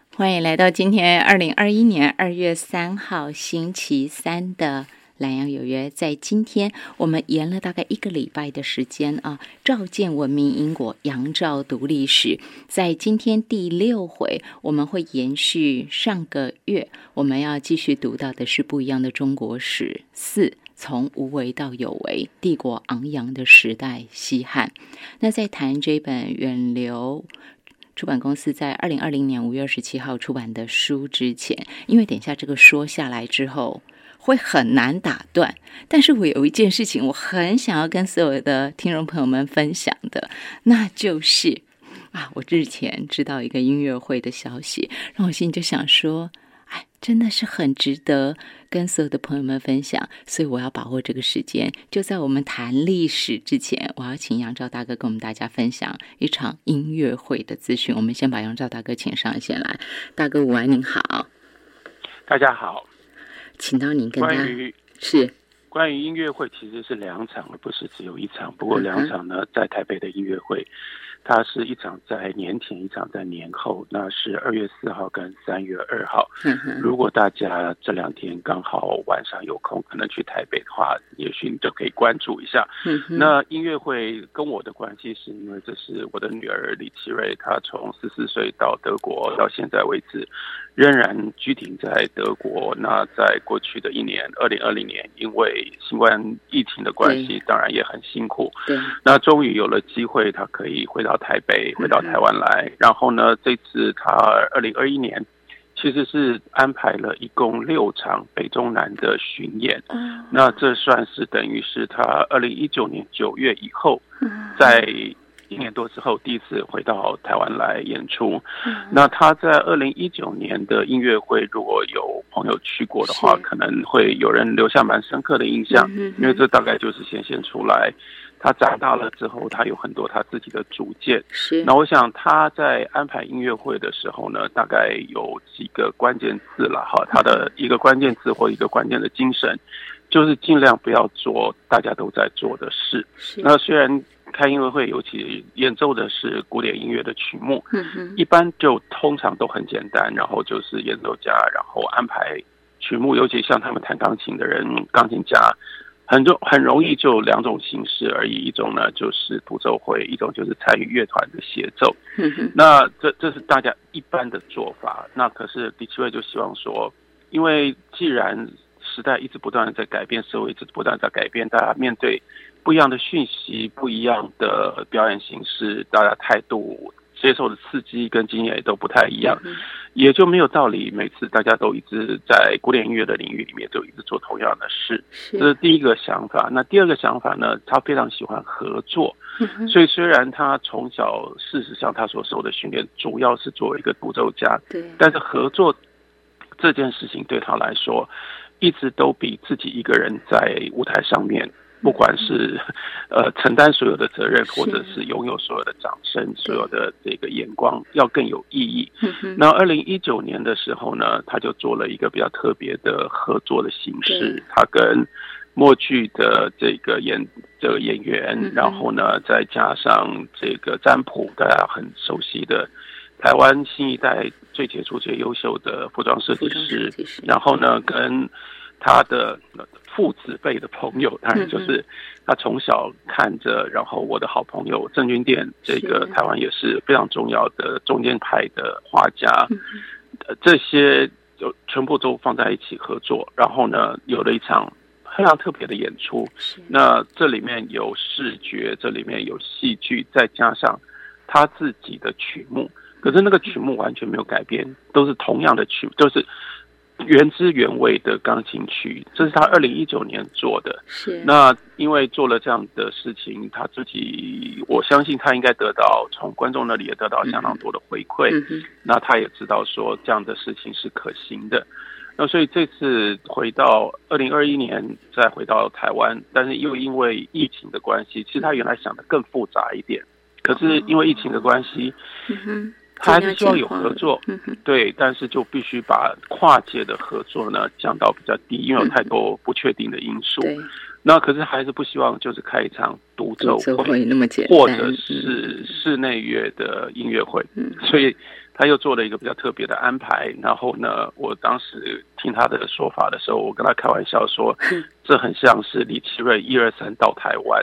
欢迎来到今天2021年2月3号星期三的南洋有约。在今天我们延了大概1个礼拜的时间啊，照见文明因果，杨照读历史。在今天第6回，我们会延续上个月我们要继续读到的是不一样的中国史4，从无为到有为，帝国昂扬的时代西汉。那在谈这本远流出版公司在2020年5月27号出版的书之前，因为等一下这个说下来之后会很难打断，但是我有一件事情我很想要跟所有的听众朋友们分享的，那就是我之前知道一个音乐会的消息，让我心里就想说真的是很值得跟所有的朋友们分享，所以我要把握这个时间，就在我们谈历史之前，我要请杨照大哥跟我们大家分享一场音乐会的资讯。我们先把杨照大哥请上线来。大哥午安，您好。 大家好， 请到您跟他关于音乐会其实是2场，而不是只有1场。不过2场呢，在台北的音乐会，它是1场在年前，1场在年后，那是2月4号跟3月2号。如果大家这2天刚好晚上有空，可能去台北的话，也许你就可以关注一下。那音乐会跟我的关系是因为这是我的女儿李奇瑞，她从14岁到德国到现在为止，仍然居停在德国。那在过去的1年，2020年，因为新冠疫情的关系，当然也很辛苦。那终于有了机会，他可以回到台北，回到台湾来。然后呢，这次他2021年其实是安排了一共6场北中南的巡演。那这算是等于是他2019年9月以后，在1年多之后第一次回到台湾来演出。那他在2019年的音乐会，如果有朋友去过的话，可能会有人留下蛮深刻的印象，因为这大概就是显现出来他长大了之后，他有很多他自己的主见。那我想他在安排音乐会的时候呢，大概有几个关键字了哈。他的一个关键字或一个关键的精神，就是尽量不要做大家都在做的事。那虽然开音乐会尤其演奏的是古典音乐的曲目，一般就通常都很简单，然后就是演奏家然后安排曲目，尤其像他们弹钢琴的人，钢琴家很容易就2种形式而已，一种呢就是独奏会，一种就是参与乐团的协奏。那这是大家一般的做法。那可是李奇瑞就希望说，因为既然时代一直不断的在改变，社会一直不断的在改变，大家面对不一样的讯息，不一样的表演形式，大家态度接受的刺激跟经验也都不太一样，也就没有道理每次大家都一直在古典音乐的领域里面就一直做同样的事。这是第一个想法。那第二个想法呢，他非常喜欢合作。所以虽然他从小事实上他所受的训练主要是作为一个独奏家，但是合作这件事情对他来说一直都比自己一个人在舞台上面，不管是承担所有的责任，或者是拥有所有的掌声，所有的这个眼光要更有意义。那2019年的时候呢，他就做了一个比较特别的合作的形式，他跟默剧的这个演员，然后呢再加上这个占卜，大家很熟悉的台湾新一代最杰出最优秀的服装设计师，然后呢跟他的父子辈的朋友，当然就是他从小看着，然后我的好朋友郑君殿，这个台湾也是非常重要的中间派的画家，这些就全部都放在一起合作，然后呢有了一场非常特别的演出。那这里面有视觉，这里面有戏剧，再加上他自己的曲目，可是那个曲目完全没有改变，都是同样的曲，都是原汁原味的钢琴曲。这是他2019年做的。那因为做了这样的事情，他自己我相信他应该得到从观众那里也得到相当多的回馈。那他也知道说这样的事情是可行的。那所以这次回到2021年再回到台湾，但是又因为疫情的关系，其实他原来想的更复杂一点，可是因为疫情的关系，他还是希望有合作，对，但是就必须把跨界的合作呢降到比较低，因为有太多不确定的因素。那可是还是不希望就是开一场独奏会那么简单，或者是室内乐的音乐会，所以他又做了一个比较特别的安排。然后呢，我当时听他的说法的时候，我跟他开玩笑说，这很像是李奇瑞123到台湾，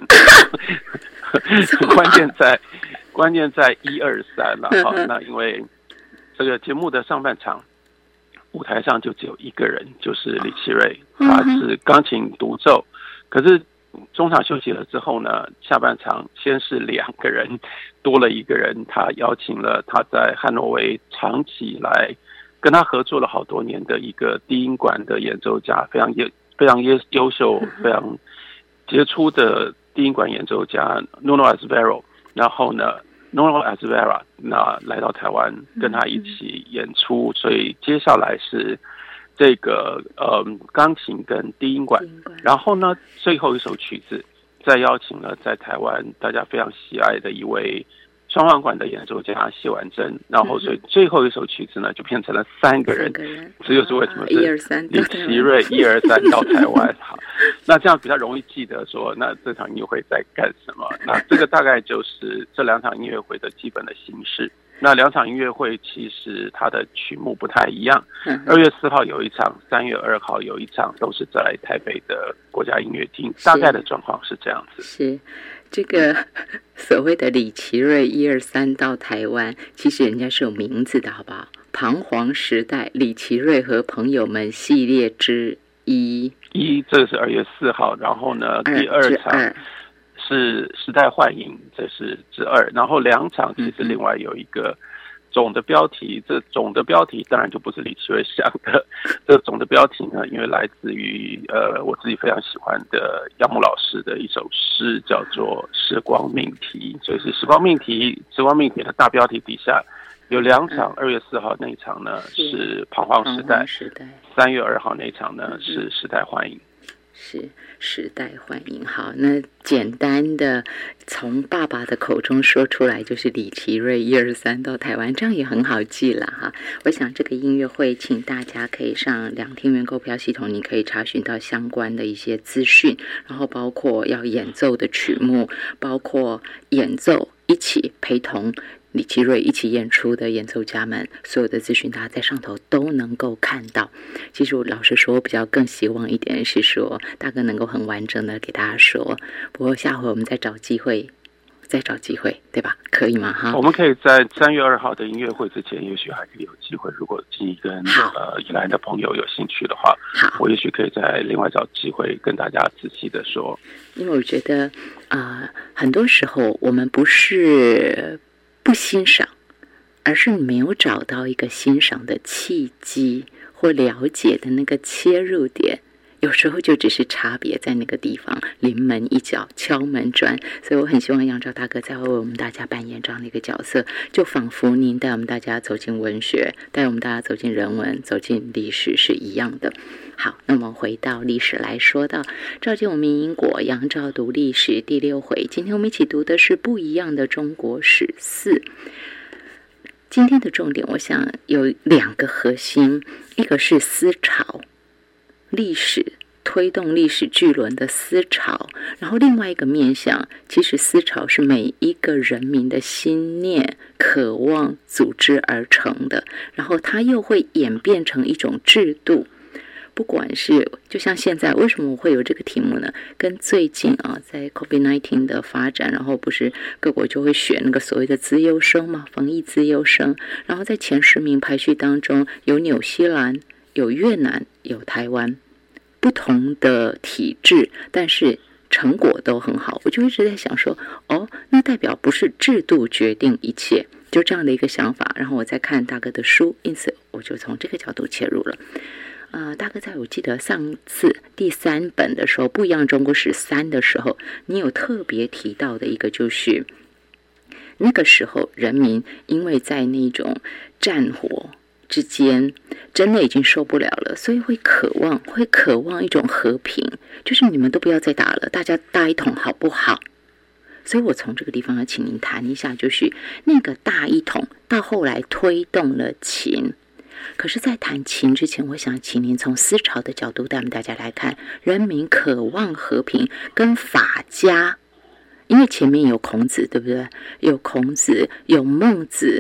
关键在123了哈。那因为这个节目的上半场舞台上就只有一个人，就是李奇瑞，他是钢琴独奏。可是中场休息了之后呢，下半场先是2个人，多了一个人，他邀请了他在汉诺威长期以来跟他合作了好多年的一个低音管的演奏家，非常优秀、非常杰出的低音管演奏家 Nuno Azevedo。然后呢，Nuno Azevedo 那来到台湾跟他一起演出，所以接下来是这个钢琴跟低音管，然后呢最后一首曲子再邀请了在台湾大家非常喜爱的一位双簧管的演奏家谢婉珍，然后所以最后一首曲子呢就变成了3个人，这就是为什么是李奇瑞123到台湾。好，那这样比较容易记得说，那这场音乐会在干什么？那这个大概就是这2场音乐会的基本的形式。那2场音乐会其实它的曲目不太一样，2月4号有一场，3月2号有一场，都是在台北的国家音乐厅。大概的状况是这样子。 是这个所谓的李奇瑞123到台湾，其实人家是有名字的，好不好？彷徨时代李奇瑞和朋友们系列之一， 这个是2月4号，然后呢，第2场是时代幻影，这是之2，然后2场其实另外有一个总的标题，这总的标题当然就不是李奇瑞想的，这总的标题呢，因为来自于我自己非常喜欢的杨牧老师的一首诗，叫做《时光命题》，所以是时光命题的大标题底下有2场，2月4号那一场呢是彷徨时代，3月2号那一场呢是时代幻影。 是时代幻影。好，那简单的从爸爸的口中说出来就是李奇瑞123到台湾，这样也很好记了哈。我想这个音乐会请大家可以上两厅院购票系统，你可以查询到相关的一些资讯，然后包括要演奏的曲目，包括演奏一起陪同李奇瑞一起演出的演奏家们，所有的资讯大家在上头都能够看到。其实我老实说，我比较更希望一点是说大哥能够很完整的给大家说，不过下回我们再找机会，对吧？可以吗？哈， 我们可以在3月2号的音乐会之前，也许还可以有机会，如果静怡跟宜兰的朋友有兴趣的话，我也许可以再另外找机会跟大家仔细的说。 因为我觉得很多时候我们不是不欣赏，而是没有找到一个欣赏的契机或了解的那个切入点，有时候就只是差别在那个地方，临门一脚，敲门砖。所以我很希望杨照大哥在为我们大家扮演这样的一个角色，就仿佛您带我们大家走进文学，带我们大家走进人文，走进历史是一样的。好，那我们回到历史来说到赵建武民营国杨照读历史第6回，今天我们一起读的是不一样的中国史4。今天的重点我想有2个核心，一个是思潮，历史推动历史巨轮的思潮，然后另外一个面向，其实思潮是每一个人民的心念渴望组织而成的，然后它又会演变成一种制度。不管是就像现在，为什么我会有这个题目呢？跟最近在 COVID-19 的发展，然后不是各国就会选那个所谓的资优生嘛，防疫资优生，然后在前10名排序当中有纽西兰、有越南、有台湾，不同的体制，但是成果都很好。我就一直在想说，那代表不是制度决定一切，就这样的一个想法。然后我在看大哥的书，因此我就从这个角度切入了。大哥在我记得上次第3本的时候，不一样中国史3的时候，你有特别提到的一个，就是那个时候人民因为在那种战火之间真的已经受不了了，所以会渴望一种和平，就是你们都不要再打了，大家大一统好不好？所以我从这个地方要请您谈一下，就是那个大一统到后来推动了秦。可是在谈秦之前，我想请您从思潮的角度带我们大家来看人民渴望和平跟法家，因为前面有孔子，对不对？有孔子，有孟子，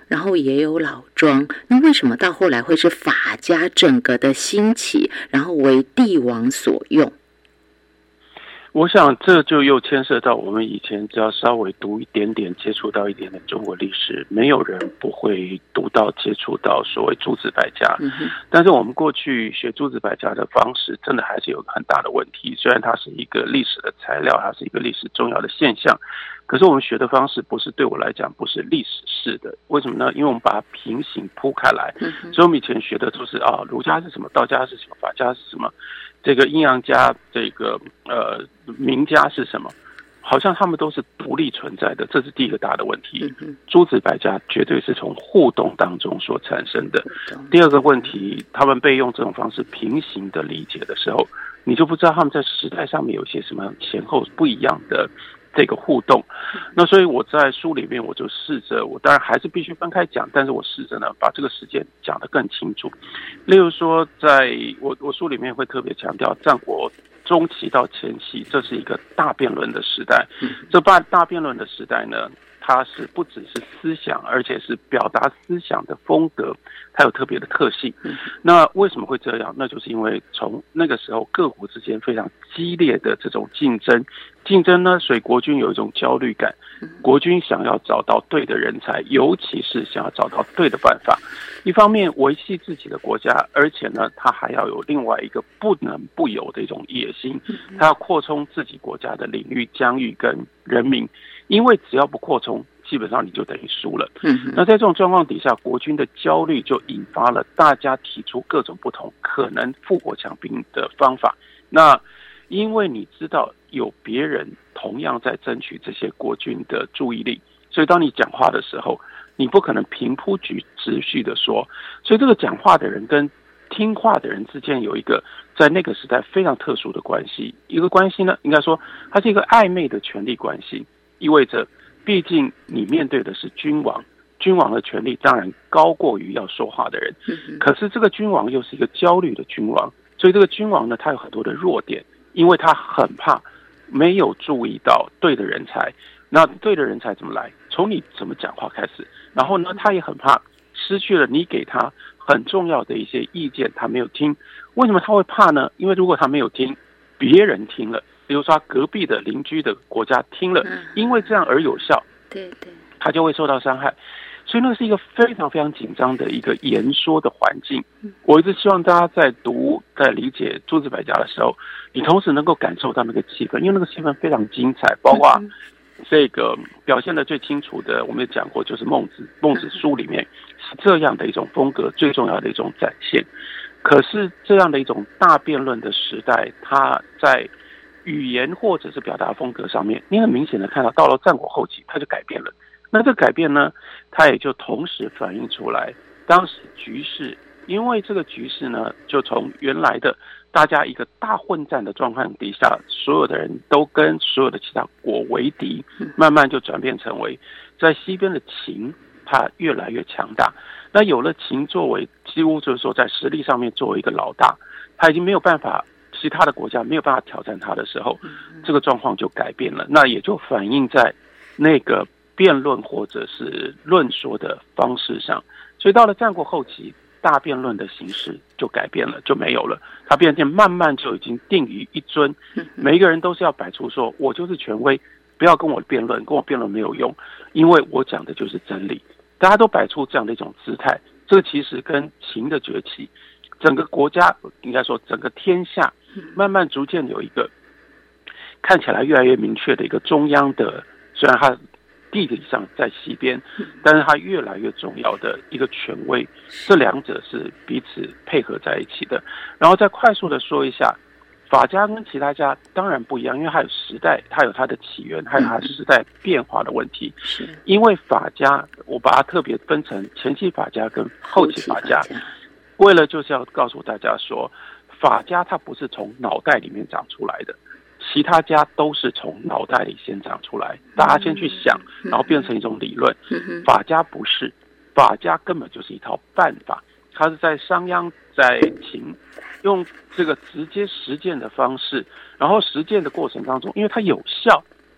然后也有老庄，那为什么到后来会是法家整个的兴起，然后为帝王所用？ 我想这就又牵涉到我们以前只要稍微读一点点、接触到一点点中国历史，没有人不会读到、接触到所谓诸子百家。但是我们过去学诸子百家的方式，真的还是有个很大的问题。虽然它是一个历史的材料，它是一个历史重要的现象，可是我们学的方式不是，对我来讲不是历史式的。为什么呢？因为我们把它平行铺开来，所以我们以前学的都是儒家是什么，道家是什么，法家是什么，这个阴阳家，这个名家是什么？好像他们都是独立存在的，这是第一个大的问题。诸子百家绝对是从互动当中所产生的。第二个问题，他们被用这种方式平行的理解的时候，你就不知道他们在时代上面有些什么前后不一样的这个互动。那所以我在书里面我就试着，我当然还是必须分开讲，但是我试着呢把这个时间讲得更清楚。例如说，在我书里面会特别强调战国中期到前期，这是一个大辩论的时代。这大辩论的时代呢，它是不只是思想，而且是表达思想的风格，它有特别的特性。那为什么会这样？那就是因为从那个时候各国之间非常激烈的这种竞争呢，所以国军有一种焦虑感，国军想要找到对的人才，尤其是想要找到对的办法。一方面维系自己的国家，而且呢，他还要有另外一个不能不有的一种野心，他要扩充自己国家的领域、疆域跟人民，因为只要不扩充，基本上你就等于输了。那在这种状况底下，国军的焦虑就引发了大家提出各种不同可能富国强兵的方法。那因为你知道有别人同样在争取这些国军的注意力，所以当你讲话的时候，你不可能平铺直叙的说，所以这个讲话的人跟听话的人之间有一个在那个时代非常特殊的关系。一个关系呢，应该说它是一个暧昧的权力关系，意味着毕竟你面对的是君王，君王的权力当然高过于要说话的人，可是这个君王又是一个焦虑的君王，所以这个君王呢，他有很多的弱点，因为他很怕没有注意到对的人才。那对的人才怎么来？从你怎么讲话开始。然后呢，他也很怕失去了你给他很重要的一些意见，他没有听。为什么他会怕呢？因为如果他没有听，别人听了，比如说他隔壁的邻居的国家听了，因为这样而有效，他就会受到伤害。所以那是一个非常非常紧张的一个言说的环境。我一直希望大家在读、在理解诸子百家的时候，你同时能够感受到那个气氛，因为那个气氛非常精彩，包括这个表现的最清楚的，我们也讲过，就是孟子书里面是这样的一种风格最重要的一种展现。可是这样的一种大辩论的时代，它在语言或者是表达风格上面，你很明显的看到，到了战国后期，它就改变了。那这个改变呢，它也就同时反映出来当时局势，因为这个局势呢，就从原来的大家一个大混战的状况底下，所有的人都跟所有的其他国为敌，慢慢就转变成为在西边的秦，它越来越强大。那有了秦作为几乎就是说在实力上面作为一个老大，他已经没有办法，其他的国家没有办法挑战他的时候，这个状况就改变了。那也就反映在那个辩论或者是论说的方式上。所以到了战国后期，大辩论的形式就改变了，就没有了。它变成慢慢就已经定于一尊，每一个人都是要摆出说，我就是权威，不要跟我辩论，跟我辩论没有用，因为我讲的就是真理。大家都摆出这样的一种姿态，这个其实跟秦的崛起，整个国家应该说整个天下，慢慢逐渐有一个看起来越来越明确的一个中央的，虽然它地理上在西边，但是它越来越重要的一个权威，这两者是彼此配合在一起的。然后再快速的说一下，法家跟其他家当然不一样，因为它有时代，它有它的起源，还有它时代变化的问题。因为法家，我把它特别分成前期法家跟后期法家，为了就是要告诉大家说，法家它不是从脑袋里面长出来的。其他家都是从脑袋里先长出来，大家先去想，然后变成一种理论。法家不是，法家根本就是一套办法，它是在商鞅、在秦用这个直接实践的方式，然后实践的过程当中，因为它有效，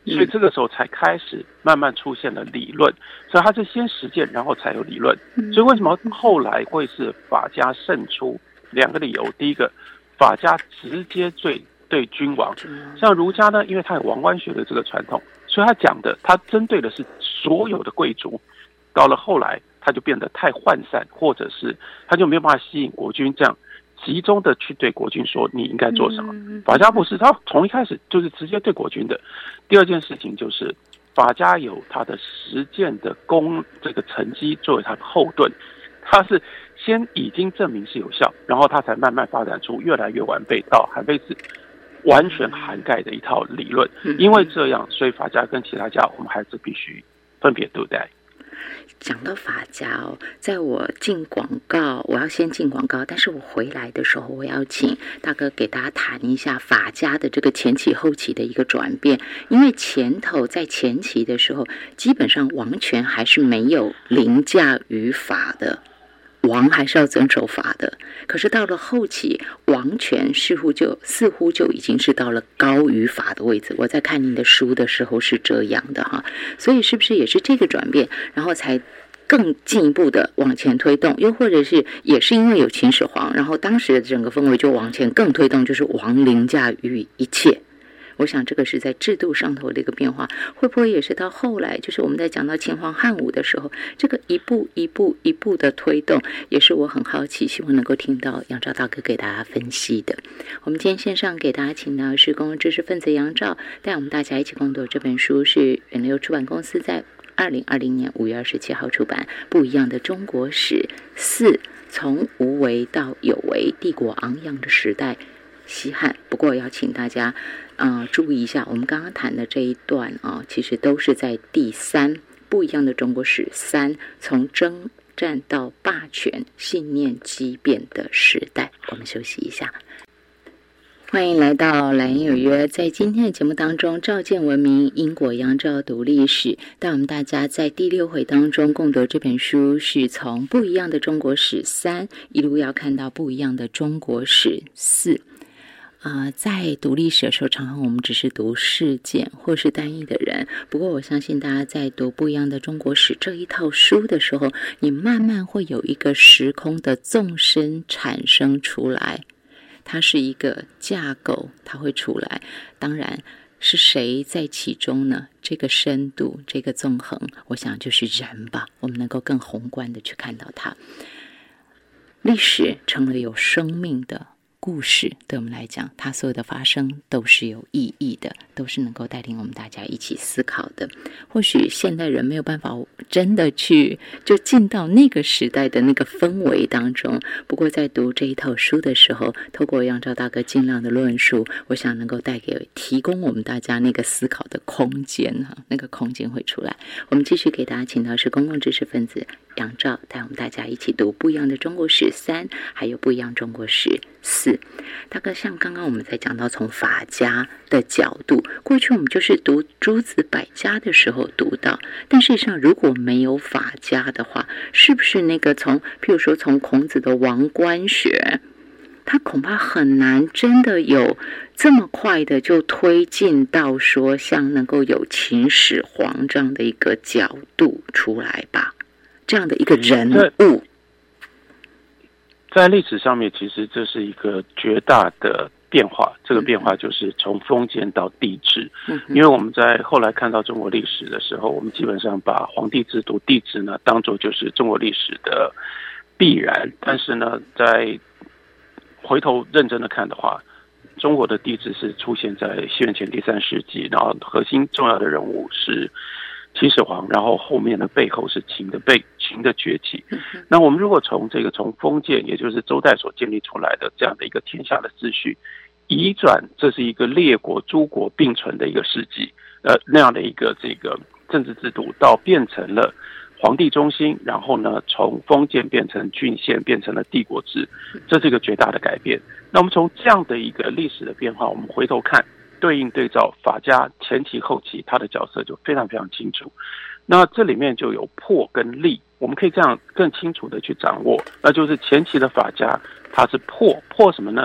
所以这个时候才开始慢慢出现了理论，所以他是先实践，然后才有理论。所以为什么后来会是法家胜出？两个理由，第一个，法家直接对君王，像儒家呢，因为他有王官学的这个传统，所以他讲的，他针对的是所有的贵族。到了后来，他就变得太涣散，或者是他就没有办法吸引国君这样集中的去对国君说你应该做什么。法家不是，他从一开始就是直接对国君的。第二件事情就是法家有他的实践的这个成绩作为他的后盾，他是先已经证明是有效，然后他才慢慢发展出越来越完备到韩非子完全涵盖的一套理论。因为这样，所以法家跟其他家我们还是必须分别对待。 讲到法家哦，在我进广告，我要先进广告，但是我回来的时候，我要请大哥给大家谈一下法家的这个前期后期的一个转变。因为前头在前期的时候，基本上王权还是没有凌驾于法的，王还是要遵守法的。可是到了后期，王权似乎就已经是到了高于法的位置。我在看您的书的时候是这样的哈，所以是不是也是这个转变，然后才更进一步的往前推动？又或者是也是因为有秦始皇，然后当时的整个氛围就往前更推动，就是王凌驾于一切。我想这个是在制度上头的一个变化，会不会也是到后来，就是我们在讲到秦皇汉武的时候，这个一步一步的推动，也是我很好奇，希望能够听到杨照大哥给大家分析的。我们今天线上给大家请到的是公共知识分子杨照，带我们大家一起共读这本书，是远流出版公司在2020年5月27号出版，《不一样的中国史4：从无为到有为，帝国昂扬的时代西汉。不过要请大家注意一下，我们刚刚谈的这一段其实都是在第3不一样的中国史3：从征战到霸权，信念激变的时代。我们休息一下。欢迎来到蓝营有约，在今天的节目当中，照见文明，因果杨照读历史，带我们大家在第6回当中共读这本书，是从不一样的中国史3一路要看到不一样的中国史4。在读历史的时候，常常我们只是读事件或是单一的人。不过我相信大家在读不一样的中国史这一套书的时候，你慢慢会有一个时空的纵深产生出来，它是一个架构，它会出来。当然是谁在其中呢？这个深度，这个纵横，我想就是人吧，我们能够更宏观的去看到它。历史成了有生命的故事，对我们来讲，它所有的发生都是有意义的，都是能够带领我们大家一起思考的。或许现代人没有办法真的就进到那个时代的那个氛围当中，不过在读这一套书的时候，透过杨照大哥尽量的论述，我想能够提供我们大家那个思考的空间那个空间会出来。我们继续给大家请到是公共知识分子杨照，带我们大家一起读不一样的中国史3，还有不一样中国史4。大概像刚刚我们在讲到从法家的角度，过去我们就是读诸子百家的时候读到，但事实上如果没有法家的话，是不是那个譬如说从孔子的王官学，他恐怕很难真的有这么快的就推进到说像能够有秦始皇这样的一个角度出来吧，这样的一个人物。 在历史上面，其实这是一个绝大的变化。这个变化就是从封建到帝制。因为我们在后来看到中国历史的时候，我们基本上把皇帝制度、帝制呢当作就是中国历史的必然。但是呢，在回头认真的看的话，中国的帝制是出现在西元前第3世纪，然后核心重要的人物是秦始皇，然后后面的背后是秦的崛起。那我们如果从封建，也就是周代所建立出来的这样的一个天下的秩序移转，这是一个列国诸国并存的一个世纪，那样的一个这个政治制度，到变成了皇帝中心，然后呢从封建变成郡县，变成了帝国制，这是一个绝大的改变。那我们从这样的一个历史的变化，我们回头看，对照法家前期后期，他的角色就非常非常清楚。那这里面就有破跟立，我们可以这样更清楚的去掌握。那就是前期的法家，他是破什么呢？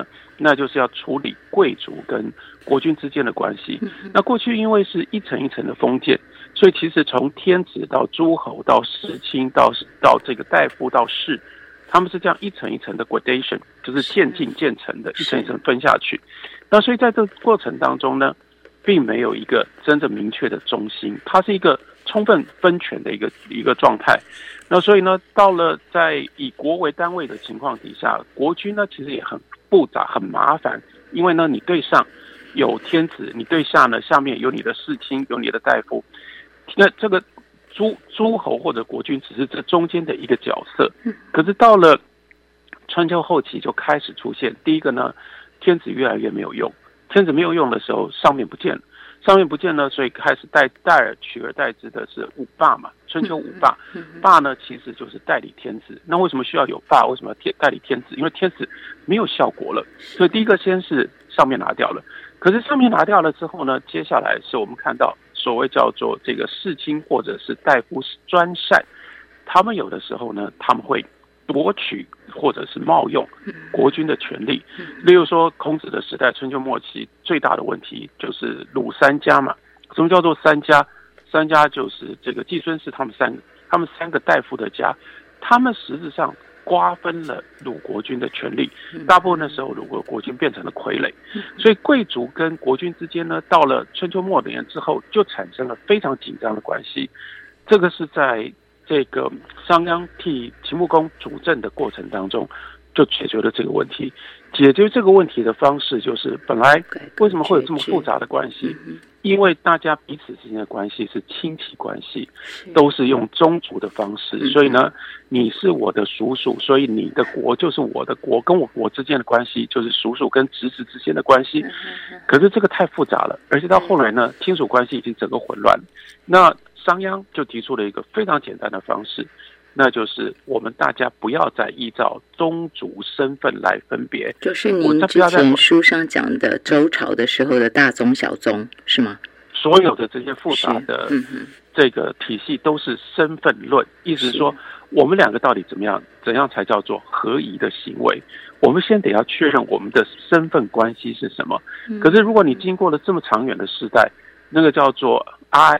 那就是要处理贵族跟国君之间的关系。那过去因为是一层一层的封建，所以其实从天子到诸侯到世卿到这个大夫到士，他们是这样一层一层的 gradation， 就是渐进渐层的一层一层分下去。那所以在这个过程当中呢，并没有一个真正明确的中心，它是一个充分分权的一个状态。那所以呢，到了在以国为单位的情况底下，国君呢其实也很复杂很麻烦，因为呢你对上有天子，你对下呢下面有你的世卿，有你的大夫，那这个诸侯或者国君只是这中间的一个角色。可是到了春秋后期就开始出现，第一个呢，天子越来越没有用，天子没有用的时候，上面不见了，所以开始取而代之的是五霸嘛，春秋五霸。霸呢其实就是代理天子。那为什么需要有霸？为什么要代理天子？因为天子没有效果了，所以第一个先是上面拿掉了。可是上面拿掉了之后呢，接下来是我们看到所谓叫做这个世卿或者是大夫专擅，他们有的时候呢，他们会夺取或者是冒用国君的权力。例如说孔子的时代，春秋末期最大的问题就是鲁三家嘛。什么叫做三家？三家就是这个季孙氏他们三个大夫的家，他们实质上瓜分了鲁国君的权力。大部分的时候鲁国君变成了傀儡，所以贵族跟国君之间呢，到了春秋末年之后就产生了非常紧张的关系。这个是在这个商鞅替秦穆公主政的过程当中就解决了这个问题。解决这个问题的方式就是本来为什么会有这么复杂的关系，因为大家彼此之间的关系是亲戚关系，都是用宗族的方式，所以呢你是我的叔叔，所以你的国就是我的国，跟我国之间的关系就是叔叔跟侄子之间的关系。可是这个太复杂了，而且到后来呢亲属关系已经整个混乱。那商鞅就提出了一个非常简单的方式，那就是我们大家不要再依照宗族身份来分别， 就是您之前书上讲的周朝的时候的大宗小宗是吗？ 所有的这些复杂的这个体系都是身份论，意思是说我们两个到底怎样才叫做合宜的行为，我们先得要确认我们的身份关系是什么。可是如果你经过了这么长远的时代，那个叫做阿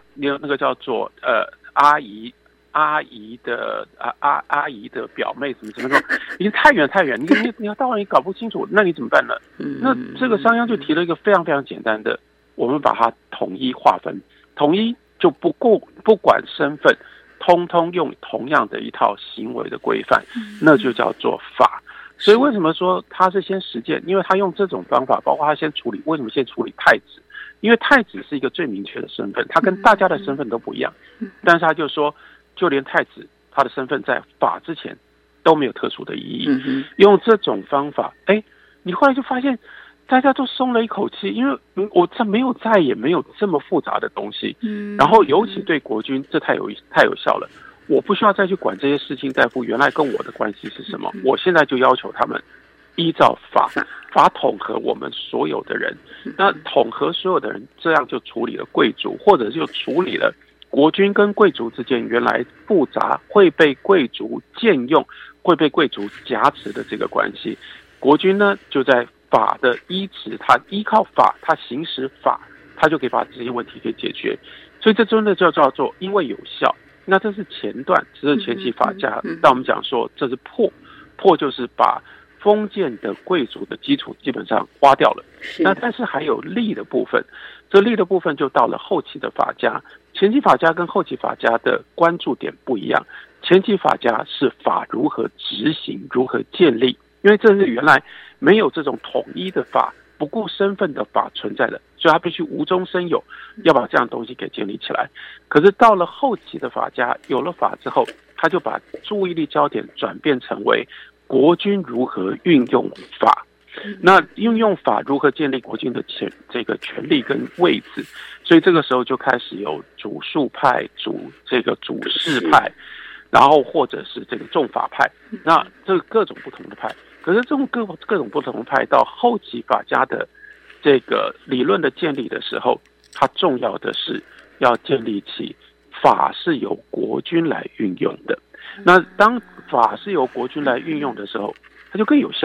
姨的表妹怎么说，已经太远，你要到了你搞不清楚，那你怎么办呢？那这个商鞅就提了一个非常非常简单的，我们把它统一划分，统一就不管身份，通通用同样的一套行为的规范，那就叫做法。所以为什么说他是先实践？因为他用这种方法，包括他先处理，为什么先处理太子？因为太子是一个最明确的身份，他跟大家的身份都不一样，但是他就说就连太子他的身份在法之前都没有特殊的意义。用这种方法，你后来就发现大家都松了一口气，因为我再也没有这么复杂的东西。然后尤其对国君，这太有效了，我不需要再去管这些世卿大夫原来跟我的关系是什么，我现在就要求他们依照法统合我们所有的人。那统合所有的人，这样就处理了贵族，或者就处理了国君跟贵族之间原来复杂会被贵族僭用，会被贵族挟持的这个关系。国君呢就在法的依持，他依靠法，他行使法，他就可以把这些问题给解决。所以这真的就叫做因为有效。那这是前段，这是前期法家。但我们讲说这是破就是把封建的贵族的基础基本上花掉了。那但是还有利的部分，这利的部分就到了后期的法家。前期法家跟后期法家的关注点不一样，前期法家是法如何执行，如何建立，因为这是原来没有这种统一的法，不顾身份的法存在的，所以他必须无中生有，要把这样的东西给建立起来。可是到了后期的法家，有了法之后，他就把注意力焦点转变成为国君如何运用法，那运用法如何建立国君的这个权力跟位置。所以这个时候就开始有主术派、主事派，然后或者是这个重法派，那这个各种不同的派。可是这种各种不同的派到后期法家的这个理论的建立的时候，它重要的是要建立起法是由国君来运用的。那当法是由国君来运用的时候，它就更有效了。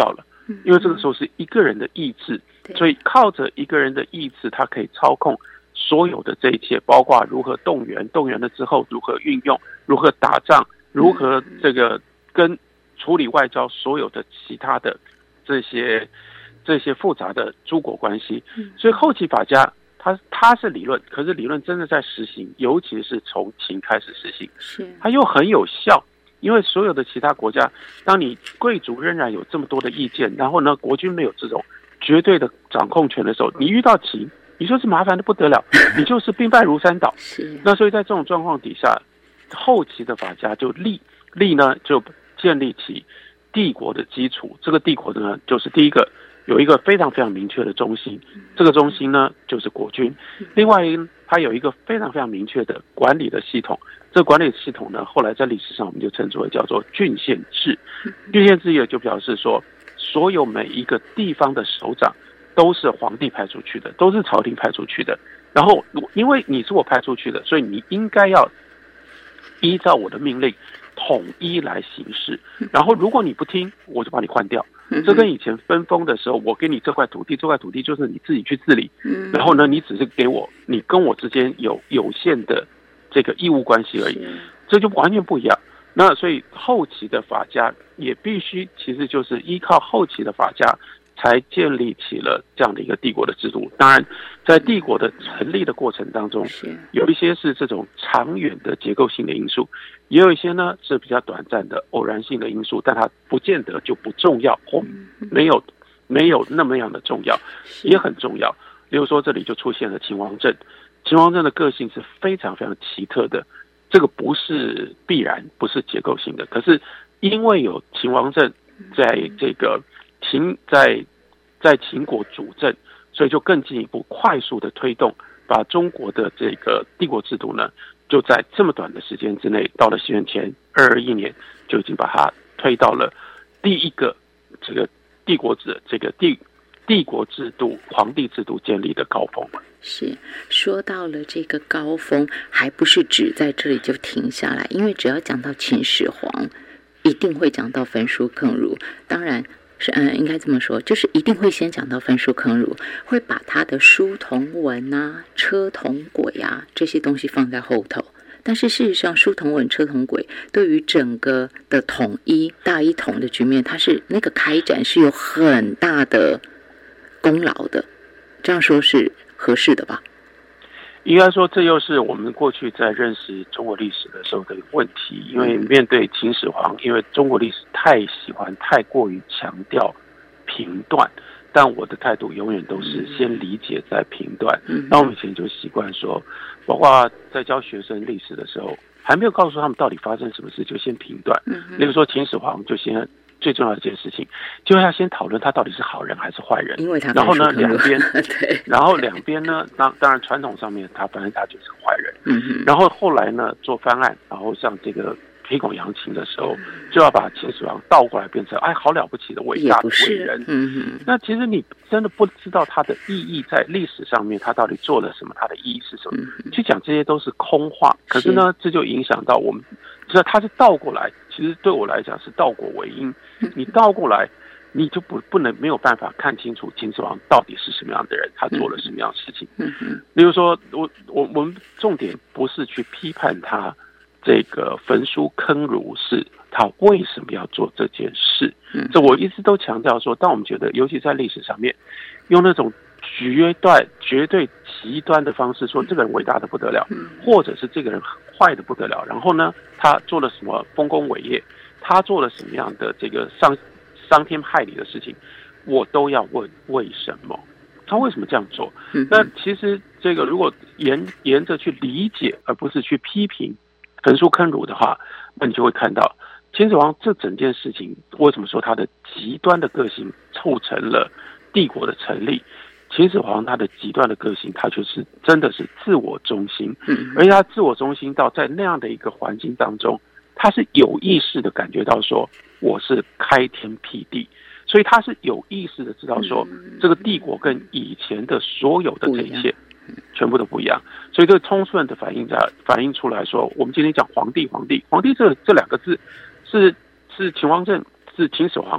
因为这个时候是一个人的意志，所以靠着一个人的意志，他可以操控所有的这一切，包括如何动员了之后如何运用，如何打仗，如何这个跟处理外交所有的其他的这些复杂的诸国关系。所以后期法家它是理论，可是理论真的在实行，尤其是从秦开始实行，它又很有效。因为所有的其他国家，当你贵族仍然有这么多的意见，然后呢，国君没有这种绝对的掌控权的时候，你遇到秦，你就是麻烦的不得了，你就是兵败如山倒。那所以在这种状况底下，后期的法家就立呢，就建立起帝国的基础。这个帝国呢，就是第一个有一个非常非常明确的中心，这个中心呢就是国君。另外它有一个非常非常明确的管理的系统。这个管理系统呢，后来在历史上我们就称之为叫做郡县制。郡县制也就表示说，所有每一个地方的首长都是皇帝派出去的，都是朝廷派出去的。然后因为你是我派出去的，所以你应该要依照我的命令统一来行事。然后如果你不听，我就把你换掉。这跟以前分封的时候，我给你这块土地，这块土地就是你自己去治理。然后呢，你只是给我，你跟我之间有限的这个义务关系而已，这就完全不一样。那所以后期的法家也必须，其实就是依靠后期的法家才建立起了这样的一个帝国的制度。当然，在帝国的成立的过程当中，有一些是这种长远的结构性的因素，也有一些呢是比较短暂的偶然性的因素，但它不见得就不重要，或没有那么样的重要，也很重要。例如说，这里就出现了秦王政。秦王政的个性是非常非常奇特的，这个不是必然，不是结构性的。可是因为有秦王政在这个在秦国主政，所以就更进一步快速的推动，把中国的这个帝国制度呢，就在这么短的时间之内，到了西元前221年，就已经把它推到了第一个这个帝国制度、皇帝制度建立的高峰。 是说到了这个高峰，还不是只在这里就停下来，因为只要讲到秦始皇，一定会讲到焚书坑儒。当然是应该这么说，就是一定会先讲到焚书坑儒，会把他的书同文啊、车同轨啊这些东西放在后头。但是事实上，书同文、车同轨对于整个的统一、大一统的局面，它是那个开展是有很大的功劳的。这样说是合适的吧？ 应该说，这又是我们过去在认识中国历史的时候的问题。因为面对秦始皇，因为中国历史太过于强调评断，但我的态度永远都是先理解再评断。那我们以前就习惯说，包括在教学生历史的时候，还没有告诉他们到底发生什么事，就先评断。例如说秦始皇就先。最重要的一件事情，就要先讨论他到底是好人还是坏人。 因为他然后呢，两边呢，当然传统上面反正他就是坏人。然后后来呢，做翻案，然后像这个推广扬秦的时候，就要把秦始皇倒过来变成好了不起的伟大的伟人。那其实你真的不知道他的意义在历史上面，他到底做了什么，他的意义是什么？去讲这些都是空话。可是呢，这就影响到我们，知道他是倒过来。其实对我来讲是倒果为因，你倒过来，你就没有办法看清楚秦始皇到底是什么样的人，他做了什么样的事情。例如说，我们重点不是去批判他这个焚书坑儒，是他为什么要做这件事。这我一直都强调说，当我们觉得，尤其在历史上面，用那种绝对极端的方式说这个人伟大的不得了，或者是这个人坏的不得了，然后呢，他做了什么丰功伟业，他做了什么样的这个伤天害理的事情，我都要问为什么，他为什么这样做。那其实这个如果沿着去理解，而不是去批评焚书坑儒的话，那你就会看到秦始皇这整件事情，为什么说他的极端的个性促成了帝国的成立。秦始皇他的极端的个性，他就是真的是自我中心，而且他自我中心到在那样的一个环境当中，他是有意识的感觉到说我是开天辟地，所以他是有意识的知道说这个帝国跟以前的所有的这一切全部都不一样，所以这充分的反映出来说，我们今天讲皇帝这两个字是秦王政，是秦始皇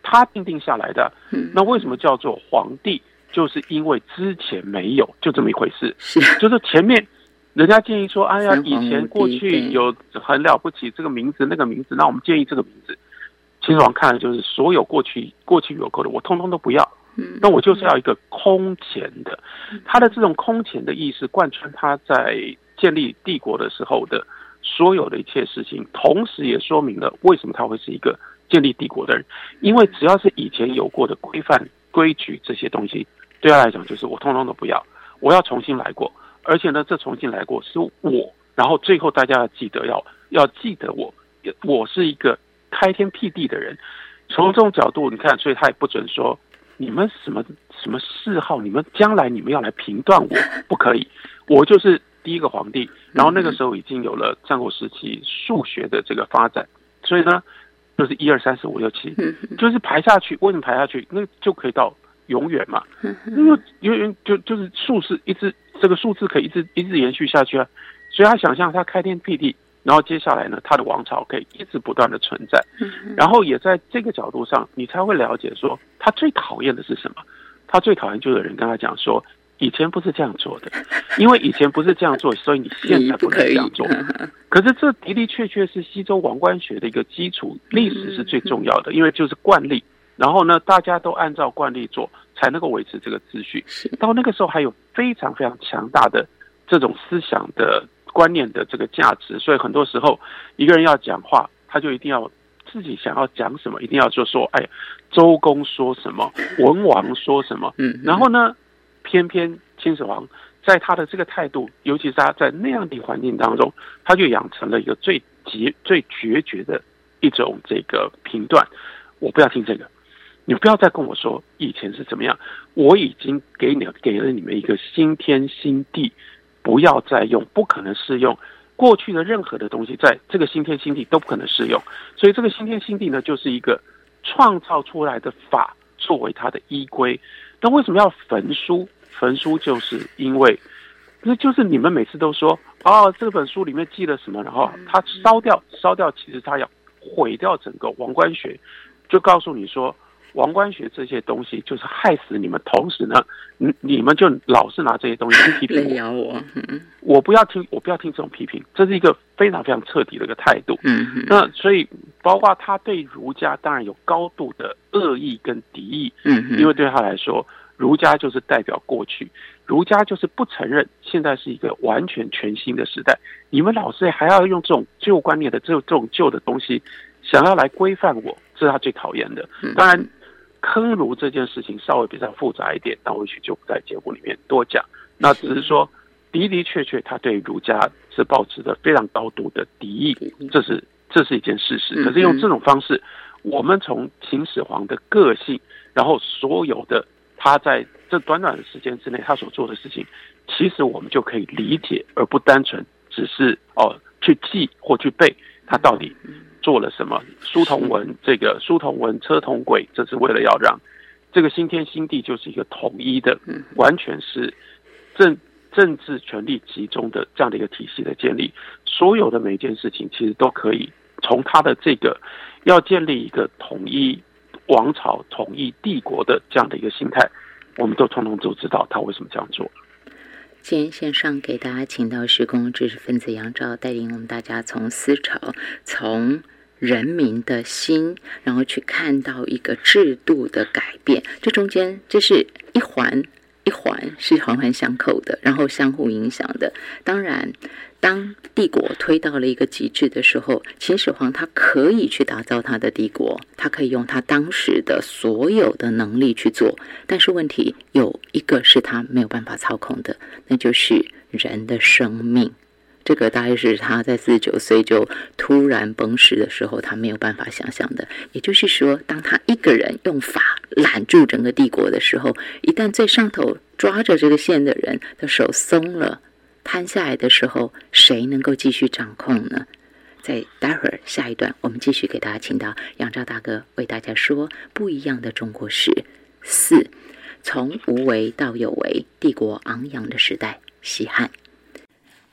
他定下来的。那为什么叫做皇帝？就是因为之前没有，就这么一回事。就是前面人家建议说，哎呀，以前过去有很了不起这个名字那个名字，那我们建议这个名字。秦始皇看的就是所有过去有过的，我通通都不要。那我就是要一个空前的。他的这种空前的意识贯穿他在建立帝国的时候的所有的一切事情，同时也说明了为什么他会是一个建立帝国的人。因为只要是以前有过的规范规矩这些东西，对他来讲就是我通通都不要，我要重新来过。而且呢，这重新来过是我，然后最后大家要记得要记得我是一个开天辟地的人。从这种角度你看，所以他也不准说你们什么嗜好，你们将来你们要来评断我，不可以。我就是第一个皇帝。然后那个时候已经有了战国时期数学的这个发展，所以呢就是1、2、3、4、5、6、7，就是排下去。为什么排下去？那就可以到永远嘛。因为永远就是数是这个数字可以一直延续下去啊。所以他想象他开天辟地，然后接下来呢，他的王朝可以一直不断的存在。然后也在这个角度上，你才会了解说他最讨厌的是什么。他最讨厌就有人跟他讲说，以前不是这样做的，因为以前不是这样做，所以你现在不能这样做。可是这的确是西周王冠学的一个基础，历史是最重要的，因为就是惯例。然后呢，大家都按照惯例做，才能够维持这个秩序。到那个时候还有非常非常强大的这种思想的观念的这个价值，所以很多时候一个人要讲话，他就一定要自己想要讲什么，一定要就说，哎，周公说什么，文王说什么。然后呢，偏偏秦始皇在他的这个态度，尤其是他在那样的环境当中，他就养成了一个最决绝的一种这个评断。我不要听这个，你不要再跟我说以前是怎么样，我已经给了你们一个新天新地，不要再用，不可能适用过去的任何的东西，在这个新天新地都不可能适用。所以这个新天新地呢，就是一个创造出来的法作为它的依归。那为什么要焚书？焚书就是因为就是你们每次都说这本书里面记了什么，然后它烧掉，其实它要毁掉整个王冠学，就告诉你说王冠学这些东西就是害死你们。同时呢，你们就老是拿这些东西去批评我，我不要听这种批评，这是一个非常非常彻底的一个态度。那所以包括他对儒家当然有高度的恶意跟敌意。因为对他来说，儒家就是代表过去，儒家就是不承认现在是一个完全全新的时代，你们老是还要用这种旧观念的这种旧的东西想要来规范我，这是他最讨厌的。当然坑儒这件事情稍微比较复杂一点，那我就不在节目里面多讲。那只是说的确他对儒家是抱持着非常高度的敌意，这是一件事实。可是用这种方式，我们从秦始皇的个性，然后所有的他在这短短的时间之内他所做的事情，其实我们就可以理解，而不单纯只是去记或去背他到底做了什么。书同文，车同轨，这是为了要让这个新天新地就是一个统一的，完全是政治权力集中的这样的一个体系的建立。所有的每一件事情其实都可以从他的这个要建立一个统一王朝、统一帝国的这样的一个心态，我们都通通都知道他为什么这样做。 今天线上给大家请到时空知识分子杨照，带领我们大家从思潮，从人民的心，然后去看到一个制度的改变，这中间这是一环一环是环环相扣的，然后相互影响的。当然当帝国推到了一个极致的时候，秦始皇他可以去打造他的帝国，他可以用他当时的所有的能力去做，但是问题有一个是他没有办法操控的，那就是人的生命。这个大概是他在49岁就突然崩逝的时候他没有办法想象的。也就是说，当他一个人用法揽住整个帝国的时候，一旦最上头抓着这个线的人的手松了，摊下来的时候，谁能够继续掌控呢？在待会儿下一段，我们继续给大家请到杨照大哥为大家说不一样的中国史4，从无为到有为，帝国昂扬的时代，西汉。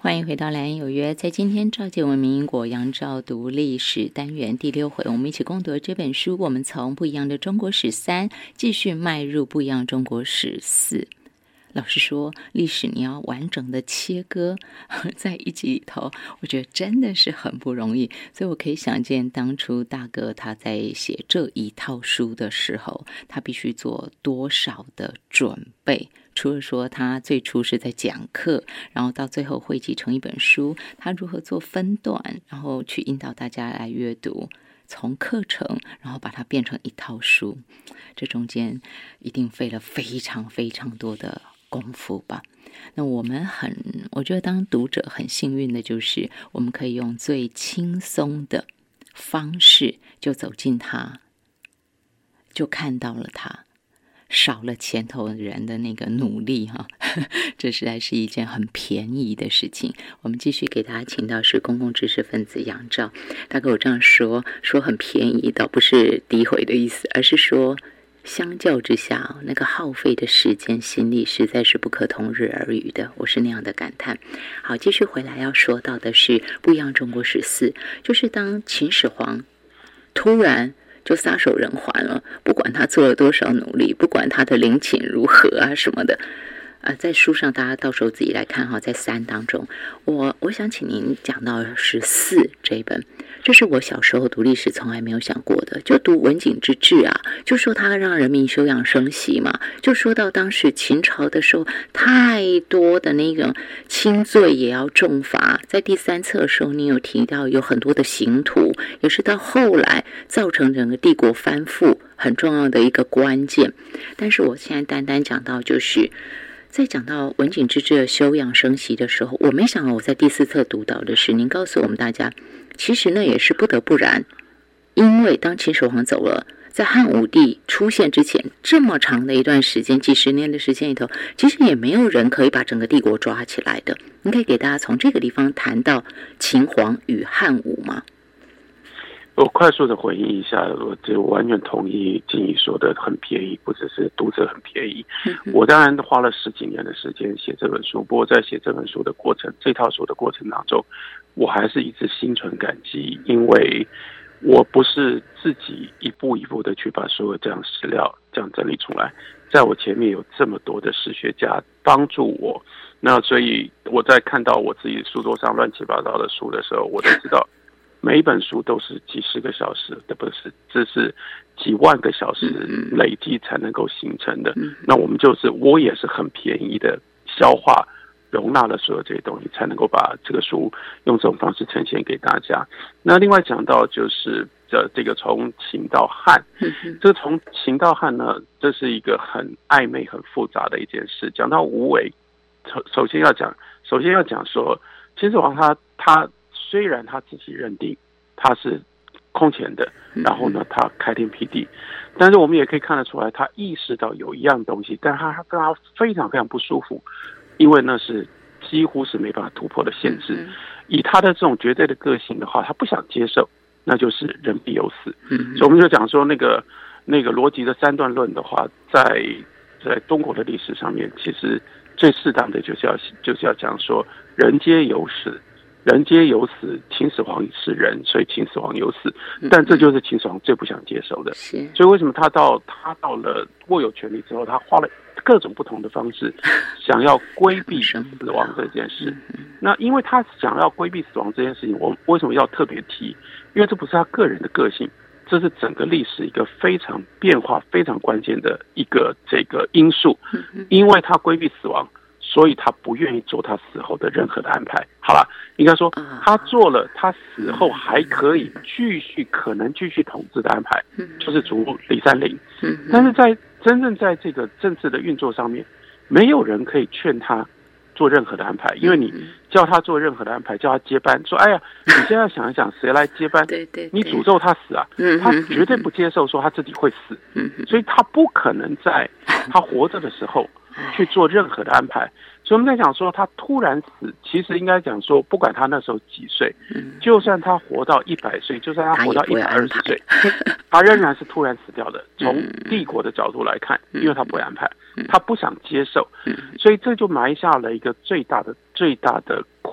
欢迎回到蓝有约，在今天召见文明英国杨照读历史单元第6回，我们一起共读这本书。我们从不一样的中国史3继续迈入不一样中国史4。老实说，历史你要完整的切割在一集里头，我觉得真的是很不容易。所以我可以想见，当初大哥他在写这一套书的时候，他必须做多少的准备。除了说他最初是在讲课，然后到最后汇集成一本书，他如何做分段，然后去引导大家来阅读，从课程然后把它变成一套书，这中间一定费了非常非常多的功夫吧。那我觉得当读者很幸运的就是我们可以用最轻松的方式就走进它，就看到了它，少了前头人的那个努力哈，这实在是一件很便宜的事情。我们继续给大家请到是公共知识分子杨照。大哥，我这样说很便宜，倒不是诋毁的意思，而是说相较之下，那个耗费的时间心力实在是不可同日而语的，我是那样的感叹。好，继续回来要说到的是不一样中国史4，就是当秦始皇突然就撒手人寰了，不管他做了多少努力，不管他的陵寝如何啊什么的，在书上大家到时候自己来看哈，在3当中，我想请您讲到是4这一本，这是我小时候读历史从来没有想过的，就读文景之治啊，就说他让人民休养生息嘛，就说到当时秦朝的时候，太多的那种轻罪也要重罚，在第3册的时候，你有提到有很多的刑徒，也是到后来造成整个帝国翻覆很重要的一个关键。但是我现在单单讲到就是在讲到文景之治的休养生息的时候，我没想到我在第4册读到的是，您告诉我们大家，其实那也是不得不然，因为当秦始皇走了，在汉武帝出现之前这么长的一段时间，几十年的时间里头，其实也没有人可以把整个帝国抓起来的。您可以给大家从这个地方谈到秦皇与汉武吗？ 我快速的回应一下，我就完全同意静怡说的，很便宜，不只是读者很便宜。我当然花了10几年的时间写这本书，不过在写这本书的过程，这套书的过程当中，我还是一直心存感激，因为我不是自己一步一步的去把所有这样史料这样整理出来，在我前面有这么多的史学家帮助我，那所以我在看到我自己书桌上乱七八糟的书的时候，我都知道每一本书都是几十个小时的，不是，这是几万个小时累积才能够形成的。那我也是很便宜的消化容纳了所有这些东西，才能够把这个书用这种方式呈现给大家。那另外讲到就是这个从秦到汉，这个从秦到汉呢，这是一个很暧昧很复杂的一件事。讲到无为，首先要讲说秦始皇他虽然他自己认定他是空前的，然后呢他开天辟地，但是我们也可以看得出来，他意识到有一样东西，但是他非常非常不舒服，因为那是几乎是没办法突破的限制。以他的这种绝对的个性的话，他不想接受，那就是人必有死。所以我们就讲说那个逻辑的3段论的话，在中国的历史上面，其实最适当的就是要讲说人皆有死。人皆有死，秦始皇是人，所以秦始皇有死，但这就是秦始皇最不想接受的。所以为什么他到了握有权力之后，他花了各种不同的方式，想要规避死亡这件事。那因为他想要规避死亡这件事情，我为什么要特别提？因为这不是他个人的个性，这是整个历史一个非常变化、非常关键的一个这个因素。因为他规避死亡，所以他不愿意做他死后的任何的安排。好了，应该说他做了他死后还可以可能继续统治的安排，就是逐李三陵。但是在真正在这个政治的运作上面，没有人可以劝他做任何的安排，因为你叫他做任何的安排，叫他接班，说哎呀，你现在想一想谁来接班？你诅咒他死啊，他绝对不接受说他自己会死，所以他不可能在他活着的时候去做任何的安排。所以我们在讲说他突然死，其实应该讲说不管他那时候几岁，就算他活到100岁，就算他活到120岁，他仍然是突然死掉的。从帝国的角度来看，因为他不会安排，他不想接受，所以这就埋下了一个最大的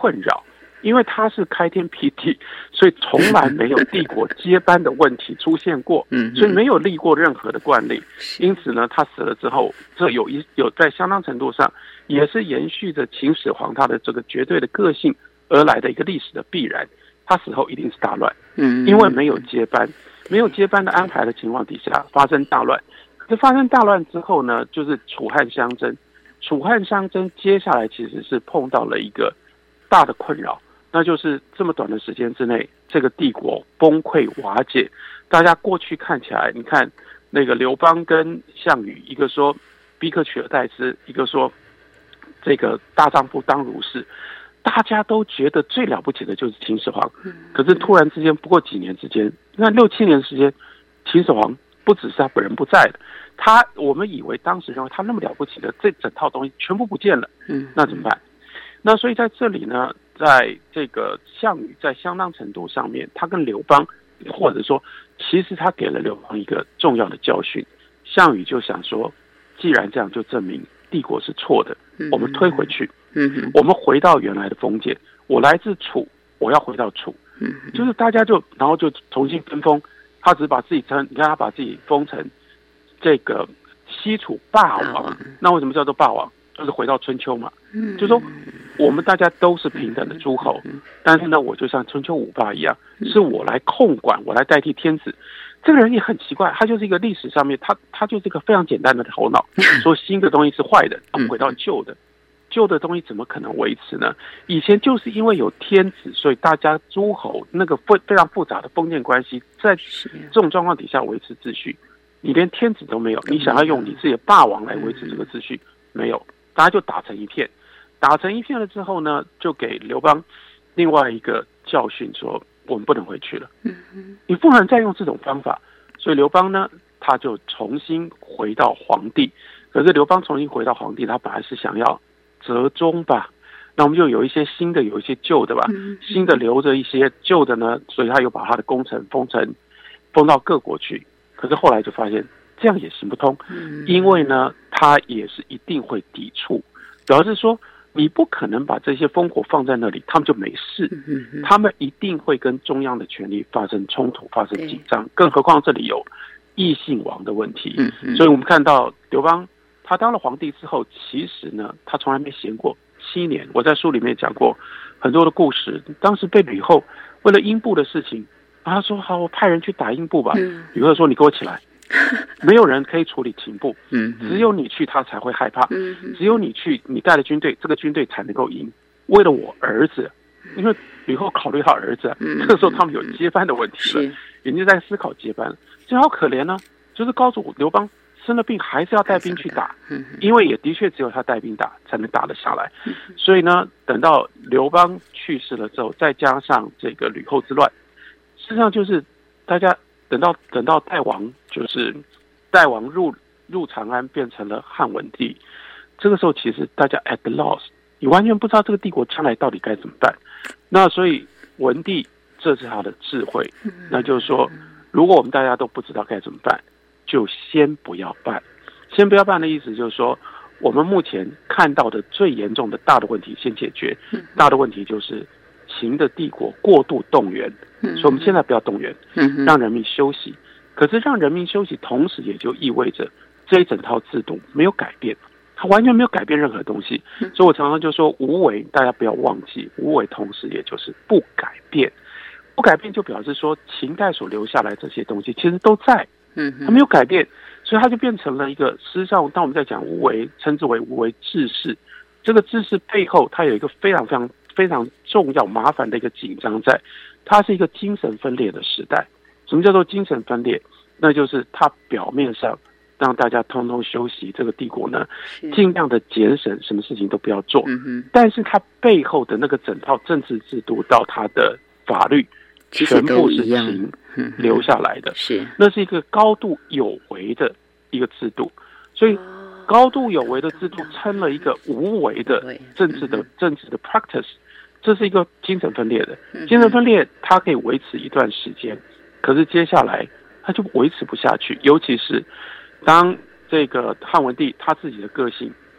困扰，因为他是开天辟地，所以从来没有帝国接班的问题出现过，所以没有立过任何的惯例。因此呢，他死了之后，这有在相当程度上也是延续着秦始皇他的这个绝对的个性而来的一个历史的必然。他死后一定是大乱，因为没有接班，没有接班的安排的情况底下发生大乱。可是发生大乱之后呢，就是楚汉相争。楚汉相争接下来其实是碰到了一个大的困扰，那就是这么短的时间之内，这个帝国崩溃瓦解。大家过去看起来，你看那个刘邦跟项羽，一个说逼克取而代之，一个说这个大丈夫当如是，大家都觉得最了不起的就是秦始皇。可是突然之间，不过几年之间，那6-7年的时间，秦始皇不只是他本人不在了，我们以为当时认为他那么了不起的这整套东西全部不见了，那怎么办？那所以在这里呢，在这个项羽在相当程度上面，他跟刘邦，或者说其实他给了刘邦一个重要的教训。项羽就想说，既然这样，就证明帝国是错的，我们推回去，我们回到原来的封建。我来自楚，我要回到楚，就是大家然后就重新分封。他只是把自己你看他把自己封成这个西楚霸王，那为什么叫做霸王？就是回到春秋嘛，就说我们大家都是平等的诸侯，但是呢，我就像春秋五霸一样，是我来控管，我来代替天子。这个人也很奇怪，他就是一个历史上面，他就是一个非常简单的头脑，说新的东西是坏的，回到旧的。旧的东西怎么可能维持呢？以前就是因为有天子，所以大家诸侯那个非常复杂的封建关系，在这种状况底下维持秩序。你连天子都没有，你想要用你自己的霸王来维持这个秩序，没有，大家就打成一片。打成一片了之后呢，就给刘邦另外一个教训，说我们不能回去了，你不能再用这种方法。所以刘邦呢，他就重新回到皇帝。可是刘邦重新回到皇帝，他本来是想要折中吧，那我们就有一些新的，有一些旧的吧，新的留着一些，旧的呢，所以他又把他的功臣封到各国去。可是后来就发现这样也行不通，因为呢，他也是一定会抵触，主要是说你不可能把这些烽火放在那里，他们就没事，他们一定会跟中央的权力发生冲突，发生紧张，更何况这里有异姓王的问题，所以我们看到刘邦他当了皇帝之后，其实呢，他从来没闲过7年。我在书里面讲过很多的故事。当时被吕后为了英布的事情，他说好，我派人去打英布吧。吕后说你给我起来，没有人可以处理情部，只有你去，他才会害怕。只有你去，你带了军队，这个军队才能够赢。为了我儿子，因为吕后考虑他儿子，这个时候他们有接班的问题了，人家在思考接班。这好可怜呢，就是告诉刘邦生了病还是要带兵去打，因为也的确只有他带兵打才能打得下来。所以呢，等到刘邦去世了之后，再加上这个吕后之乱，实际上就是大家等到代王，就是代王入长安变成了汉文帝，这个时候其实大家 at the loss， 你完全不知道这个帝国将来到底该怎么办。那所以文帝这是他的智慧，那就是说，如果我们大家都不知道该怎么办，就先不要办。先不要办的意思就是说，我们目前看到的最严重的大的问题先解决。大的问题就是秦的帝国过度动员，所以我们现在不要动员，让人民休息。可是让人民休息，同时也就意味着这一整套制度没有改变，它完全没有改变任何东西。所以我常常就说无为，大家不要忘记，无为同时也就是不改变。不改变就表示说秦代所留下来这些东西其实都在，它没有改变，所以它就变成了一个，事实上当我们在讲无为，称之为无为治世。这个治世背后它有一个非常非常非常重要麻烦的一个紧张在，它是一个精神分裂的时代。什么叫做精神分裂？那就是它表面上让大家通通休息，这个帝国呢尽量的节省，什么事情都不要做，但是它背后的那个整套政治制度到它的法律全部是秦留下来的，那是一个高度有为的一个制度。所以高度有为的制度撑了一个无为的政治的 practice， 这是一个精神分裂的。精神分裂它可以维持一段时间，可是接下来它就维持不下去。尤其是当这个汉文帝他自己的个性，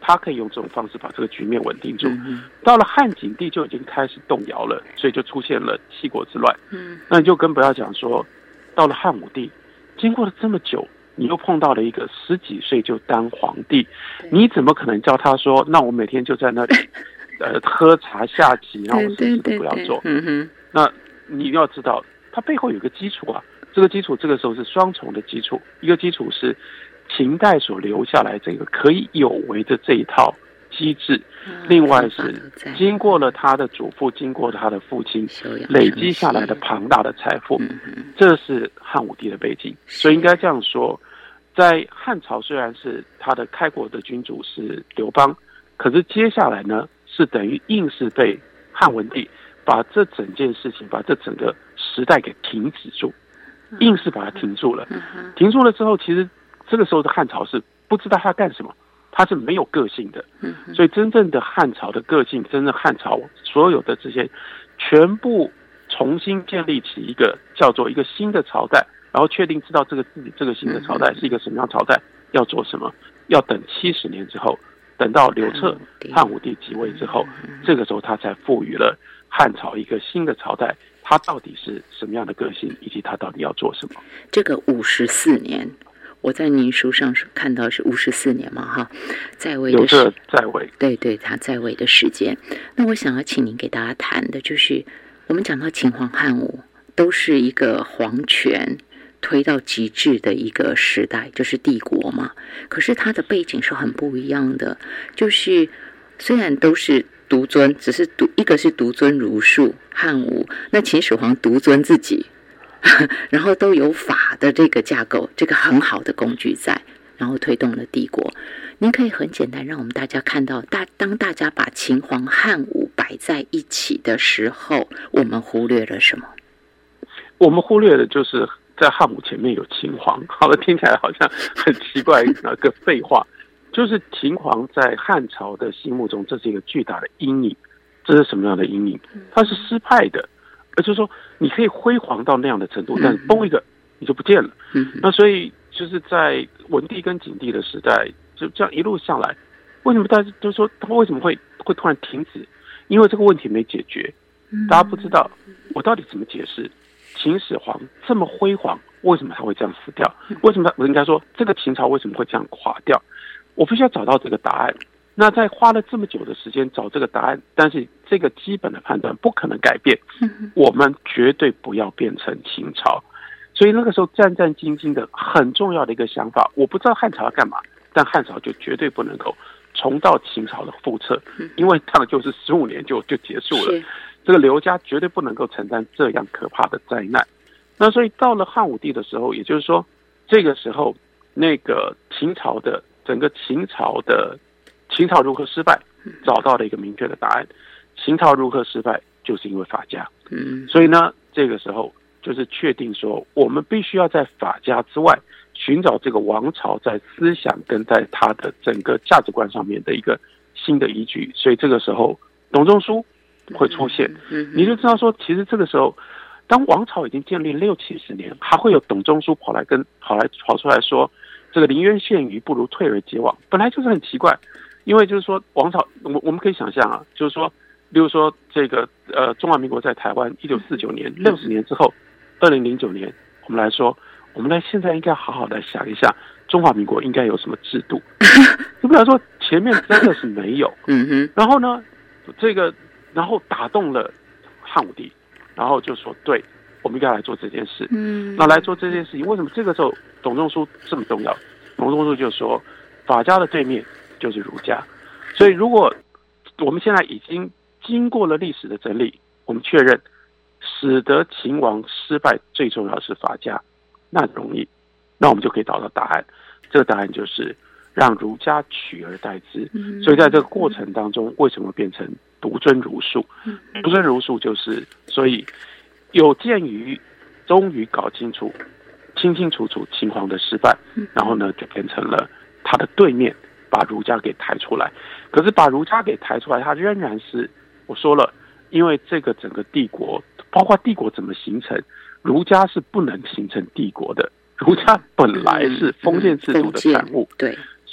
他可以用这种方式把这个局面稳定住。到了汉景帝就已经开始动摇了，所以就出现了七国之乱。那你就更不要讲说，到了汉武帝，经过了这么久，你又碰到了一个10几岁就当皇帝，你怎么可能叫他说，那我每天就在那里喝茶下棋，然后我什么事都不要做？那你要知道，它背后有个基础啊，这个基础这个时候是双重的基础，一个基础是秦代所留下来这个可以有为的这一套机制，另外是经过了他的祖父，经过了他的父亲累积下来的庞大的财富，这是汉武帝的背景。所以应该这样说，在汉朝虽然是他的开国的君主是刘邦，可是接下来呢是等于硬是被汉文帝把这整件事情，把这整个时代给停止住，硬是把它停住了。停住了之后，其实这个时候的汉朝是不知道他干什么，他是没有个性的。所以真正的汉朝的个性，真正汉朝所有的这些全部重新建立起一个叫做一个新的朝代，然后确定知道自己这个新的朝代是一个什么样朝代，要做什么，要等70年之后，等到刘彻汉武帝即位之后，这个时候他才赋予了汉朝一个新的朝代，他到底是什么样的个性，以及他到底要做什么。 这个54年，我在您书上看到是54年嘛，哈，在位的刘彻在位， 对，他在位的时间。那我想要请您给大家谈的就是，我们讲到秦皇汉武，都是一个皇权推到极致的一个时代，就是帝国嘛。可是它的背景是很不一样的，就是虽然都是独尊，只是一个是独尊儒术汉武，那秦始皇独尊自己，然后都有法的这个架构，这个很好的工具在，然后推动了帝国。您可以很简单让我们大家看到，当大家把秦皇汉武摆在一起的时候，我们忽略了什么？ 我们忽略的就是在汉武前面有秦皇。好了，听起来好像很奇怪，那个废话。就是秦皇在汉朝的心目中，这是一个巨大的阴影。这是什么样的阴影？它是失败的，而就是说，你可以辉煌到那样的程度，但崩一个你就不见了。那所以就是在文帝跟景帝的时代，就这样一路下来，为什么大家都说他为什么会突然停止？因为这个问题没解决，大家不知道我到底怎么解释秦始皇这么辉煌，为什么他会这样死掉？为什么我应该说这个秦朝为什么会这样垮掉？我必须要找到这个答案。那在花了这么久的时间找这个答案，但是这个基本的判断不可能改变，我们绝对不要变成秦朝。所以那个时候战战兢兢的很重要的一个想法，我不知道汉朝要干嘛，但汉朝就绝对不能够重蹈秦朝的覆辙，因为他们就是15年就结束了。这个刘家绝对不能够承担这样可怕的灾难。那所以到了汉武帝的时候，也就是说这个时候那个秦朝的整个秦朝如何失败，找到了一个明确的答案。秦朝如何失败，就是因为法家。所以呢，这个时候就是确定说，我们必须要在法家之外寻找这个王朝在思想跟在他的整个价值观上面的一个新的依据。所以这个时候，董仲舒会出现，你就知道说，其实这个时候，当王朝已经建立60、70年，还会有董仲舒跑出来说，这个临渊羡鱼，不如退而结网，本来就是很奇怪。因为就是说王朝，我们可以想象啊，就是说，例如说这个中华民国在台湾1949年60年之后，2009年，我们来现在应该好好的想一下，中华民国应该有什么制度？就比方说前面真的是没有，然后呢，然后打动了汉武帝，然后就说对，我们应该来做这件事。那来做这件事情，为什么这个时候董仲舒这么重要？董仲舒就说，法家的对面就是儒家，所以如果我们现在已经经过了历史的整理，我们确认使得秦王失败最重要的是法家，那容易，那我们就可以找到答案。这个答案就是让儒家取而代之。所以在这个过程当中，为什么变成独尊儒术？独尊儒术就是，所以有鉴于终于搞清楚清楚秦皇的失败，然后呢就变成了他的对面，把儒家给抬出来。可是把儒家给抬出来，他仍然是，我说了，因为这个整个帝国，包括帝国怎么形成，儒家是不能形成帝国的。儒家本来是封建制度的产物， 对， 所以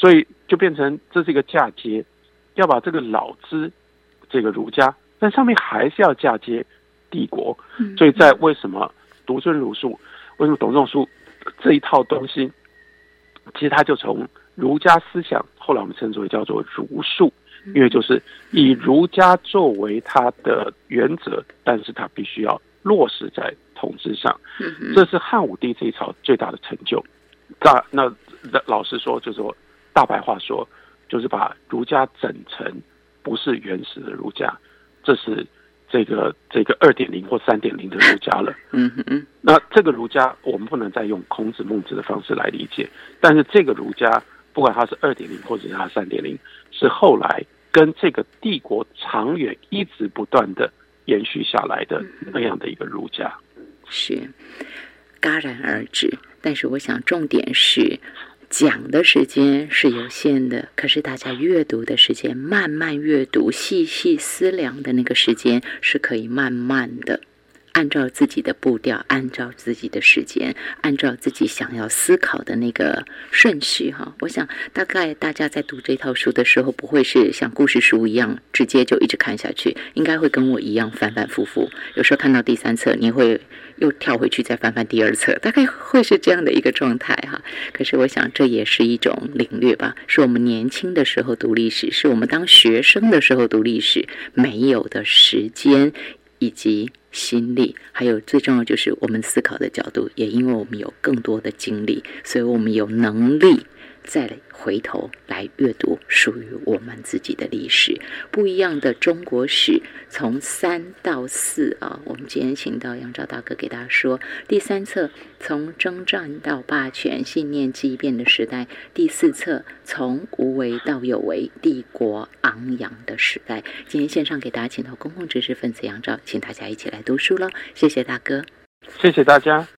就变成这是一个嫁接，要把这个老子这个儒家，但上面还是要嫁接帝国。所以在为什么独尊儒术，为什么董仲舒这一套东西，其实他就从儒家思想，后来我们称之为叫做儒术，因为就是以儒家作为他的原则，但是他必须要落实在统治上。这是汉武帝这一朝最大的成就。那老实说，就是说大白话说，就是把儒家整成不是原始的儒家，这是这个 2.0 或 3.0 的儒家了。那这个儒家我们不能再用孔子孟子的方式来理解，但是这个儒家不管它是 2.0 或者是它 3.0， 是后来跟这个帝国长远一直不断的延续下来的那样的一个儒家。 是戛然而止，但是我想重点是讲的时间是有限的，可是大家阅读的时间，慢慢阅读、细细思量的那个时间是可以慢慢的按照自己的步调，按照自己的时间，按照自己想要思考的那个顺序哈。我想大概大家在读这套书的时候，不会是像故事书一样直接就一直看下去，应该会跟我一样反反复复，有时候看到第3册，你会又跳回去再翻翻第2册，大概会是这样的一个状态哈。可是我想这也是一种领略吧，是我们年轻的时候读历史，是我们当学生的时候读历史没有的时间以及心力，还有最重要就是我们思考的角度，也因为我们有更多的经历，所以我们有能力再回头来阅读属于我们自己的历史。不一样的中国史从3到4啊，我们今天请到杨照大哥给大家说，第3册从征战到霸权，信念激变的时代，第4册从无为到有为，帝国昂扬的时代。今天线上给大家请到公共知识分子杨照，请大家一起来读书了，谢谢大哥。 谢谢大家。